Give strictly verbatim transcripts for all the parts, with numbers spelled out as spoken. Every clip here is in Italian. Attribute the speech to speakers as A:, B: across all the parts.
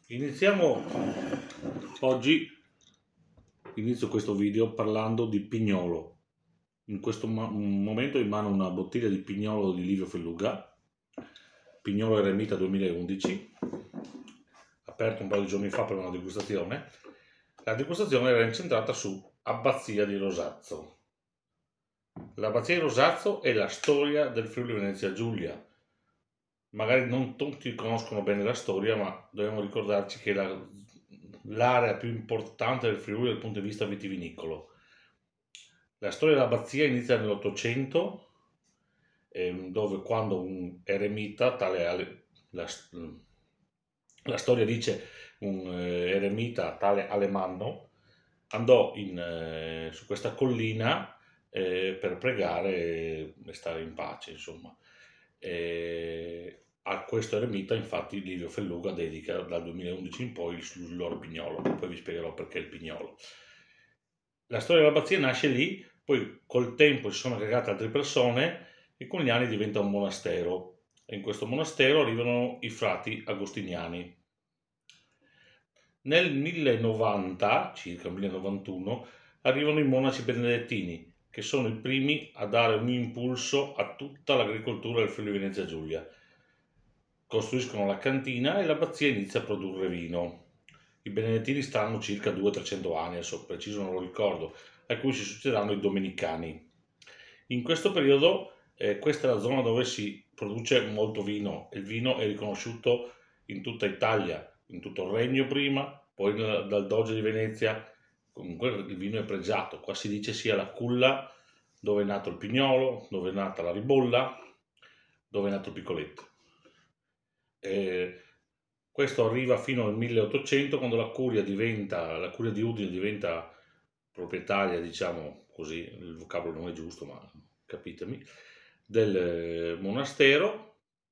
A: Iniziamo oggi, inizio questo video parlando di Pignolo. In questo mo- momento ho in mano una bottiglia di Pignolo di Livio Felluga, Pignolo Eremita duemilaundici, aperto un paio di giorni fa per una degustazione. La degustazione era incentrata su Abbazia di Rosazzo. L'Abbazia di Rosazzo è la storia del Friuli Venezia Giulia. Magari non tutti conoscono bene la storia, ma dobbiamo ricordarci che la- l'area più importante del Friuli dal punto di vista vitivinicolo. La storia dell'abbazia inizia nell'Ottocento, ehm, dove quando un eremita, tale Ale- la, la storia dice un eh, eremita tale Alemanno, andò in, eh, su questa collina eh, per pregare e stare in pace, insomma. E a questo eremita, infatti, Livio Felluga dedica dal duemilaundici in poi il loro Pignolo, poi vi spiegherò perché il Pignolo. La storia dell'abbazia nasce lì, poi col tempo si sono aggregate altre persone e con gli anni diventa un monastero. E in questo monastero arrivano i frati agostiniani. Nel millenovanta, circa millenovantouno, arrivano i monaci benedettini, che sono i primi a dare un impulso a tutta l'agricoltura del Friuli Venezia Giulia. Costruiscono la cantina e l'abbazia inizia a produrre vino. I benedettini stanno circa duecento trecento anni, adesso preciso non lo ricordo, a cui si succederanno i domenicani. In questo periodo, eh, questa è la zona dove si produce molto vino. Il vino è riconosciuto in tutta Italia, in tutto il regno prima, poi nel- dal Doge di Venezia. Comunque il vino è pregiato. Qua si dice sia la culla dove è nato il Pignolo, dove è nata la Ribolla, dove è nato il Piccoletto. Eh, Questo arriva fino al milleottocento, quando la curia diventa, la curia di Udine diventa proprietaria, diciamo così, il vocabolo non è giusto, ma capitemi, del eh, monastero.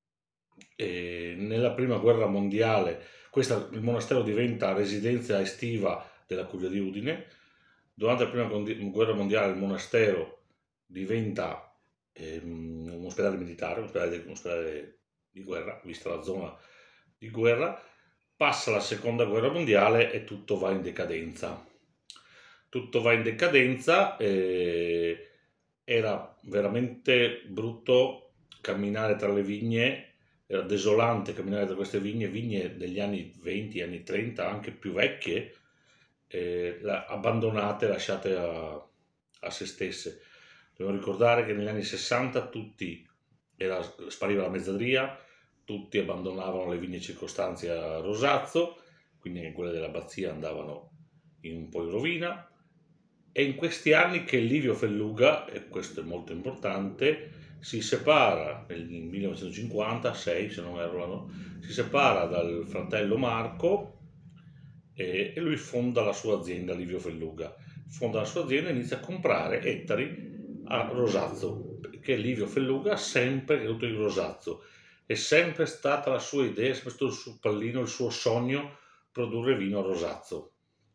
A: E nella prima guerra mondiale, questa, il monastero diventa residenza estiva della curia di Udine. Durante la prima condi- guerra mondiale il monastero diventa ehm, un ospedale militare, un ospedale, un ospedale di guerra, vista la zona di guerra. Passa la seconda guerra mondiale e tutto va in decadenza. Tutto va in decadenza e era veramente brutto camminare tra le vigne, era desolante camminare tra queste vigne, vigne degli anni venti, anni trenta, anche più vecchie, eh, la- abbandonate, lasciate a, a se stesse. Dobbiamo ricordare che negli anni sessanta tutti era, spariva la mezzadria, tutti abbandonavano le vigne circostanze a Rosazzo, quindi anche quelle dell'abbazia andavano in un po' in rovina. È in questi anni che Livio Felluga, e questo è molto importante, si separa nel millenovecentocinquantasei, se non erro, no? Si separa dal fratello Marco e, e lui fonda la sua azienda, Livio Felluga. Fonda la sua azienda e inizia a comprare ettari a Rosazzo, perché Livio Felluga ha sempre creduto in Rosazzo. È sempre stata la sua idea, è sempre stato il suo pallino, il suo sogno produrre vino a Rosazzo.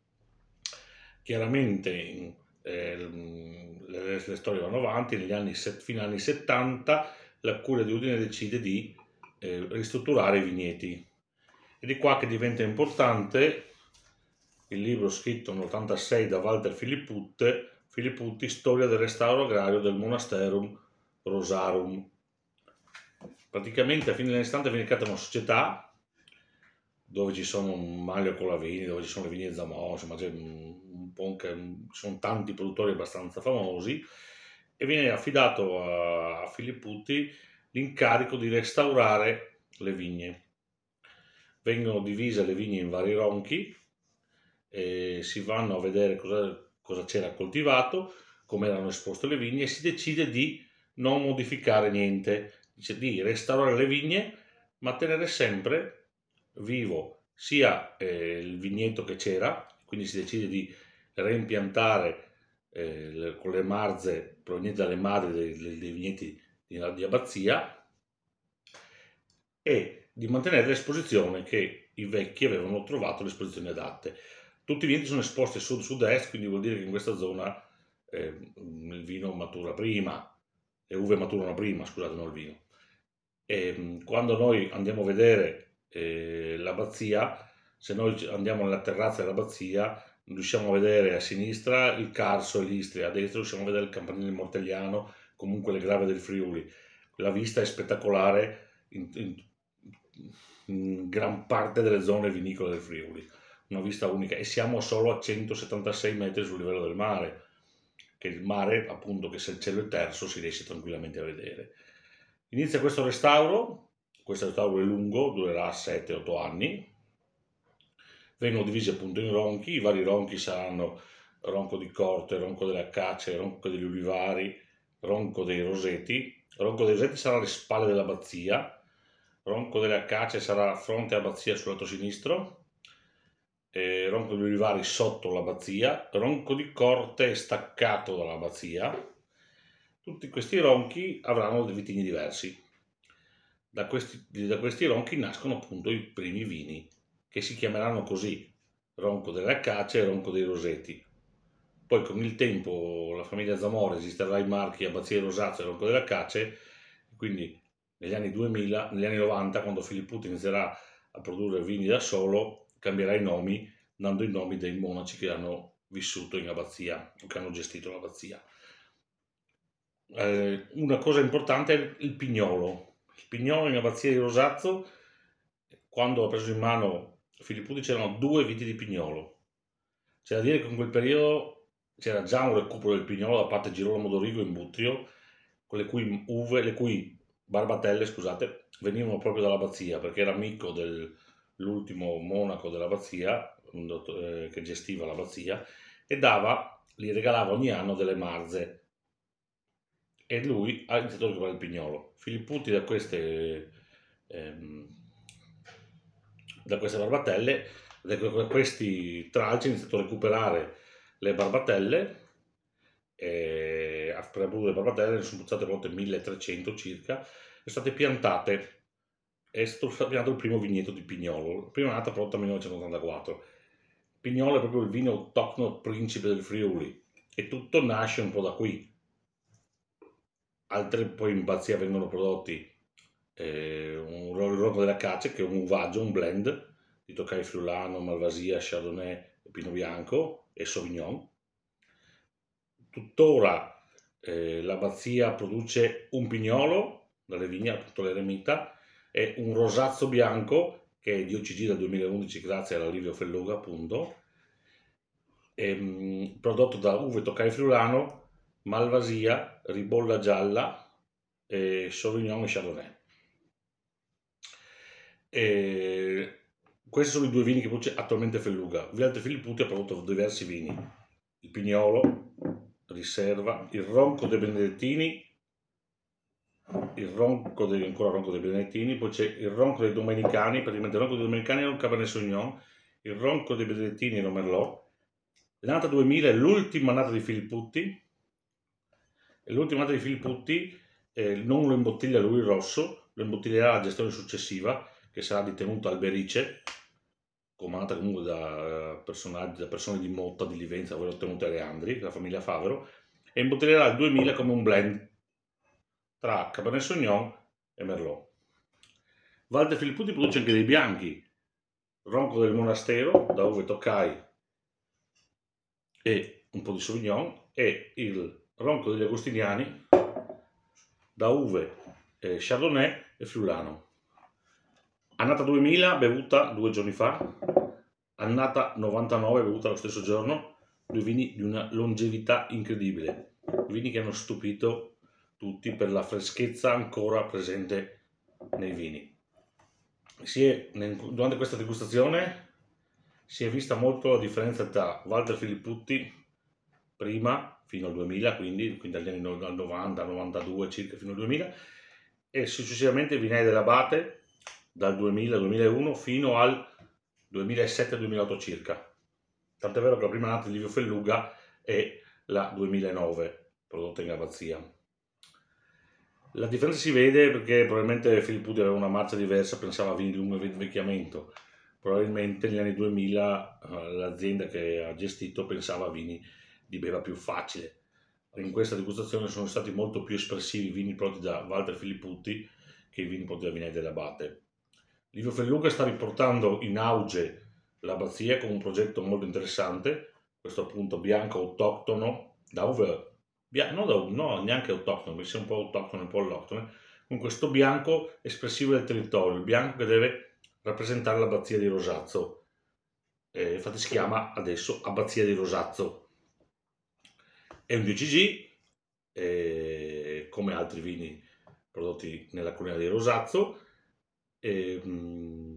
A: Chiaramente in- eh, le, le storie vanno avanti, negli anni, set- fino agli anni settanta la Curia di Udine decide di eh, ristrutturare i vigneti. Ed è qua che diventa importante il libro scritto nell'ottantasei da Walter Filipputte, Filipputti, Storia del restauro agrario del Monasterum Rosarum. Praticamente a fine degli anni settanta viene creata una società dove ci sono un Maglio Colavini, dove ci sono le vigne Zamò, insomma c'è un, un po' anche, ci sono tanti produttori abbastanza famosi e viene affidato a, a Filipputti l'incarico di restaurare le vigne. Vengono divise le vigne in vari ronchi e si vanno a vedere cosa, cosa c'era coltivato, come erano esposte le vigne e si decide di non modificare niente, cioè di restaurare le vigne ma tenere sempre vivo sia eh, il vigneto che c'era, quindi si decide di reimpiantare eh, le- con le marze provenienti dalle madri dei, dei- dei vigneti di, di abbazia e di mantenere l'esposizione che i vecchi avevano trovato le esposizioni adatte. Tutti i vigneti sono esposti a sud-sud-est, quindi vuol dire che in questa zona eh, il vino matura prima, le uve maturano prima, scusate, non il vino. E, mh, quando noi andiamo a vedere eh, l'abbazia, se noi andiamo nella terrazza dell'abbazia riusciamo a vedere a sinistra il Carso e l'Istria, a destra riusciamo a vedere il campanile di Mortegliano, comunque le Grave del Friuli. La vista è spettacolare in, in, in gran parte delle zone vinicole del Friuli, una vista unica, e siamo solo a centosettantasei metri sul livello del mare, che il mare appunto, che se il cielo è terso si riesce tranquillamente a vedere. Inizia questo restauro, questo restauro è lungo, durerà sette otto anni, vengono divisi appunto in ronchi, i vari ronchi saranno ronco di Corte, ronco delle Acacie, ronco degli Ulivari, ronco dei Roseti. Ronco dei Roseti sarà alle spalle dell'abbazia, ronco delle Acacie sarà a fronte all'abbazia sul lato sinistro, e ronco degli Ulivari sotto l'abbazia, ronco di Corte staccato dall'abbazia. Tutti questi ronchi avranno dei vitigni diversi. Da questi, da questi ronchi nascono appunto i primi vini, che si chiameranno così, ronco delle Acacie e ronco dei Roseti. Poi con il tempo la famiglia Zamora esisterà i marchi Abbazia di Rosazzo e ronco delle Acacie, quindi negli anni duemila, negli anni novanta, quando Filipputi inizierà a produrre vini da solo, cambierà i nomi, dando i nomi dei monaci che hanno vissuto in abbazia o che hanno gestito l'abbazia. Eh, una cosa importante è il pignolo. Il pignolo in abbazia di Rosazzo, quando ha preso in mano Filipputi, c'erano due viti di pignolo. C'è da dire che in quel periodo c'era già un recupero del pignolo da parte di Girolamo Dorigo in Butrio, con le cui uve, le cui barbatelle, scusate, venivano proprio dall'abbazia, perché era amico dell'ultimo monaco dell'abbazia, eh, che gestiva l'abbazia, e dava, gli regalava ogni anno delle marze. E lui ha iniziato a recuperare il pignolo. Filipputi da queste, ehm, da queste barbatelle, da questi tralci, ha iniziato a recuperare le barbatelle, e per produrre le barbatelle ne sono puzzate volte milletrecento circa, sono state piantate, è stato piantato il primo vigneto di Pignolo, la prima nata pronta nel millenovecentottantaquattro. Pignolo è proprio il vino autoctono principe del Friuli, e tutto nasce un po' da qui. Altre poi in Abbazia vengono prodotti eh, un ronco delle Acacie, che è un uvaggio, un blend di Toccai Friulano, Malvasia, Chardonnay e Pinot Bianco e Sauvignon. Tuttora eh, l'abbazia produce un pignolo dalle vigne, appunto l'eremita, e un rosazzo bianco che è di O C G dal duemilaundici grazie all'Alivio Felluga, appunto, ehm, prodotto da uve Toccai Friulano, Malvasia, Ribolla Gialla, e Sauvignon e Chardonnay. E questi sono i due vini che produce attualmente Felluga. Gli altri Filipputi ha prodotto diversi vini: il Pignolo, Riserva, il Ronco dei Benedettini, il Ronco dei, ancora Ronco dei Benedettini, poi c'è il Ronco dei Domenicani, praticamente il Ronco dei Domenicani è un Cabernet Sauvignon, il Ronco dei Benedettini è un Merlot. L'annata duemila è l'ultima annata di Filipputi, e l'ultima annata di Filipputi eh, non lo imbottiglia lui il rosso, lo imbottiglierà la gestione successiva, che sarà di Tenuto Alberice, comandata comunque da personaggi, da persone di Motta, di Livenza, ovvero Tenuto Aleandri, la famiglia Favero, e imbottiglierà il duemila come un blend tra Cabernet Sauvignon e Merlot. Val de Filipputi produce anche dei bianchi: Ronco del Monastero, da uve Toccai e un po' di Sauvignon, e il Ronco degli Agostiniani, da uve eh, Chardonnay e Friulano. Annata duemila, bevuta due giorni fa, annata novantanove, bevuta lo stesso giorno, due vini di una longevità incredibile, vini che hanno stupito tutti per la freschezza ancora presente nei vini. Si è, durante questa degustazione si è vista molto la differenza tra Walter Filipputi prima, fino al duemila, quindi, quindi dagli anni novanta, novantadue circa fino al duemila, e successivamente i vinai dell'Abate dal duemila al duemilauno fino al duemilasette duemilaotto circa. Tant'è vero che la prima annata di Livio Felluga è la duemilanove, prodotta in abbazia. La differenza si vede perché probabilmente Filipputi aveva una marcia diversa, pensava a vini di lungo invecchiamento. Probabilmente negli anni duemila l'azienda che ha gestito pensava a vini di beva più facile. In questa degustazione sono stati molto più espressivi i vini prodotti da Walter Filipputi che i vini prodotti da Vinai dell'Abate. Livio Felluga sta riportando in auge l'abbazia come un progetto molto interessante, questo appunto bianco autoctono, da Uver, bia- non da, no, neanche autoctono, mi sembra un po' autoctono e un po' alloctone, con questo bianco espressivo del territorio, il bianco che deve rappresentare l'abbazia di Rosazzo. Eh, infatti si chiama adesso abbazia di Rosazzo. È un D C G, eh, come altri vini prodotti nella collina di Rosazzo. E, mm,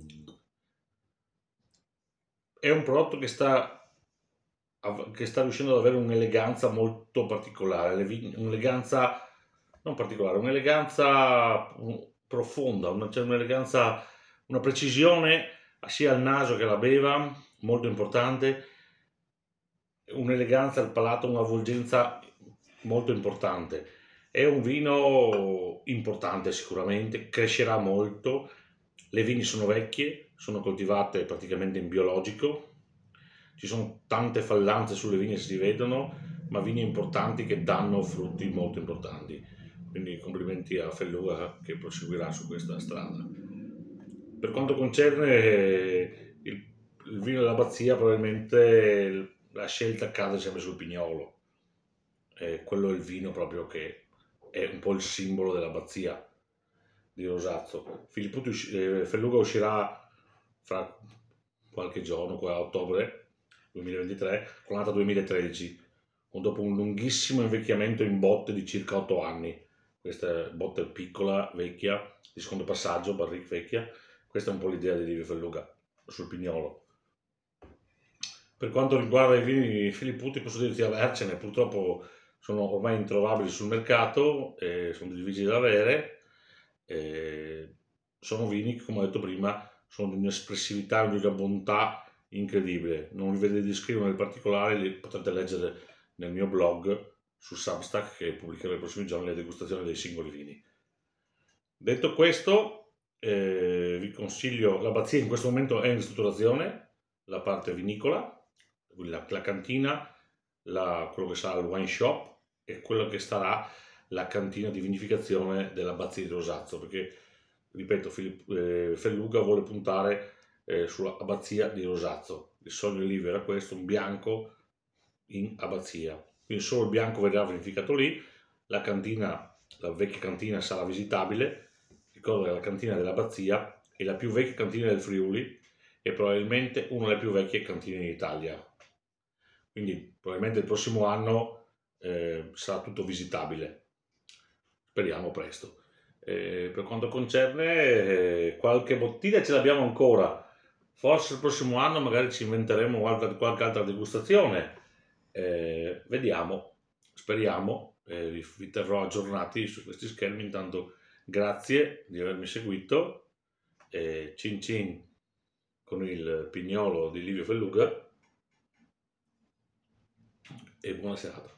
A: è un prodotto che sta, av- che sta riuscendo ad avere un'eleganza molto particolare, le vin- un'eleganza non particolare, un'eleganza mm, profonda, una, c'è un'eleganza, una precisione sia al naso che alla beva, molto importante, un'eleganza al palato, un'avvolgenza molto importante. È un vino importante sicuramente, crescerà molto, le vini sono vecchie, sono coltivate praticamente in biologico, ci sono tante fallanze sulle vigne si vedono, ma vini importanti che danno frutti molto importanti. Quindi complimenti a Felluga che proseguirà su questa strada. Per quanto concerne eh, il, il vino dell'abbazia, probabilmente la scelta cade sempre sul Pignolo. Eh, quello è il vino proprio che è un po' il simbolo dell'abbazia di Rosazzo. Filipputi usci- eh, Felluga uscirà fra qualche giorno, qua a ottobre duemilaventitré, con l'annata duemilatredici, dopo un lunghissimo invecchiamento in botte di circa otto anni. Questa botte piccola, vecchia, di secondo passaggio, barrique vecchia. Questa è un po' l'idea di Livio Felluga sul Pignolo. Per quanto riguarda i vini Filipputi, posso dirti avercene, purtroppo sono ormai introvabili sul mercato, e sono difficili da avere. E sono vini che, come ho detto prima, sono di un'espressività e di una bontà incredibile. Non li vedete descrivere nel particolare, li potrete leggere nel mio blog su Substack che pubblicherò nei prossimi giorni le degustazioni dei singoli vini. Detto questo, eh, vi consiglio, l'abbazia in questo momento è in ristrutturazione, la parte vinicola, la, la cantina, la- quello che sarà il wine shop e quello che sarà la cantina di vinificazione dell'abbazia di Rosazzo, perché, ripeto, Filip- eh, Felluga vuole puntare eh, sull'abbazia di Rosazzo. Il sogno di Livio era questo, un bianco in abbazia. Quindi solo il bianco verrà vinificato lì, la cantina, la vecchia cantina sarà visitabile. Ricordo che la cantina dell'abbazia è la più vecchia cantina del Friuli e probabilmente una delle più vecchie cantine in Italia. Quindi probabilmente il prossimo anno eh, sarà tutto visitabile. Speriamo presto. Eh, per quanto concerne eh, qualche bottiglia ce l'abbiamo ancora. Forse il prossimo anno magari ci inventeremo qualche, qualche altra degustazione. Eh, vediamo, speriamo, eh, vi, vi terrò aggiornati su questi schermi. Intanto grazie di avermi seguito. Eh, cin cin con il pignolo di Livio Felluga e buona serata.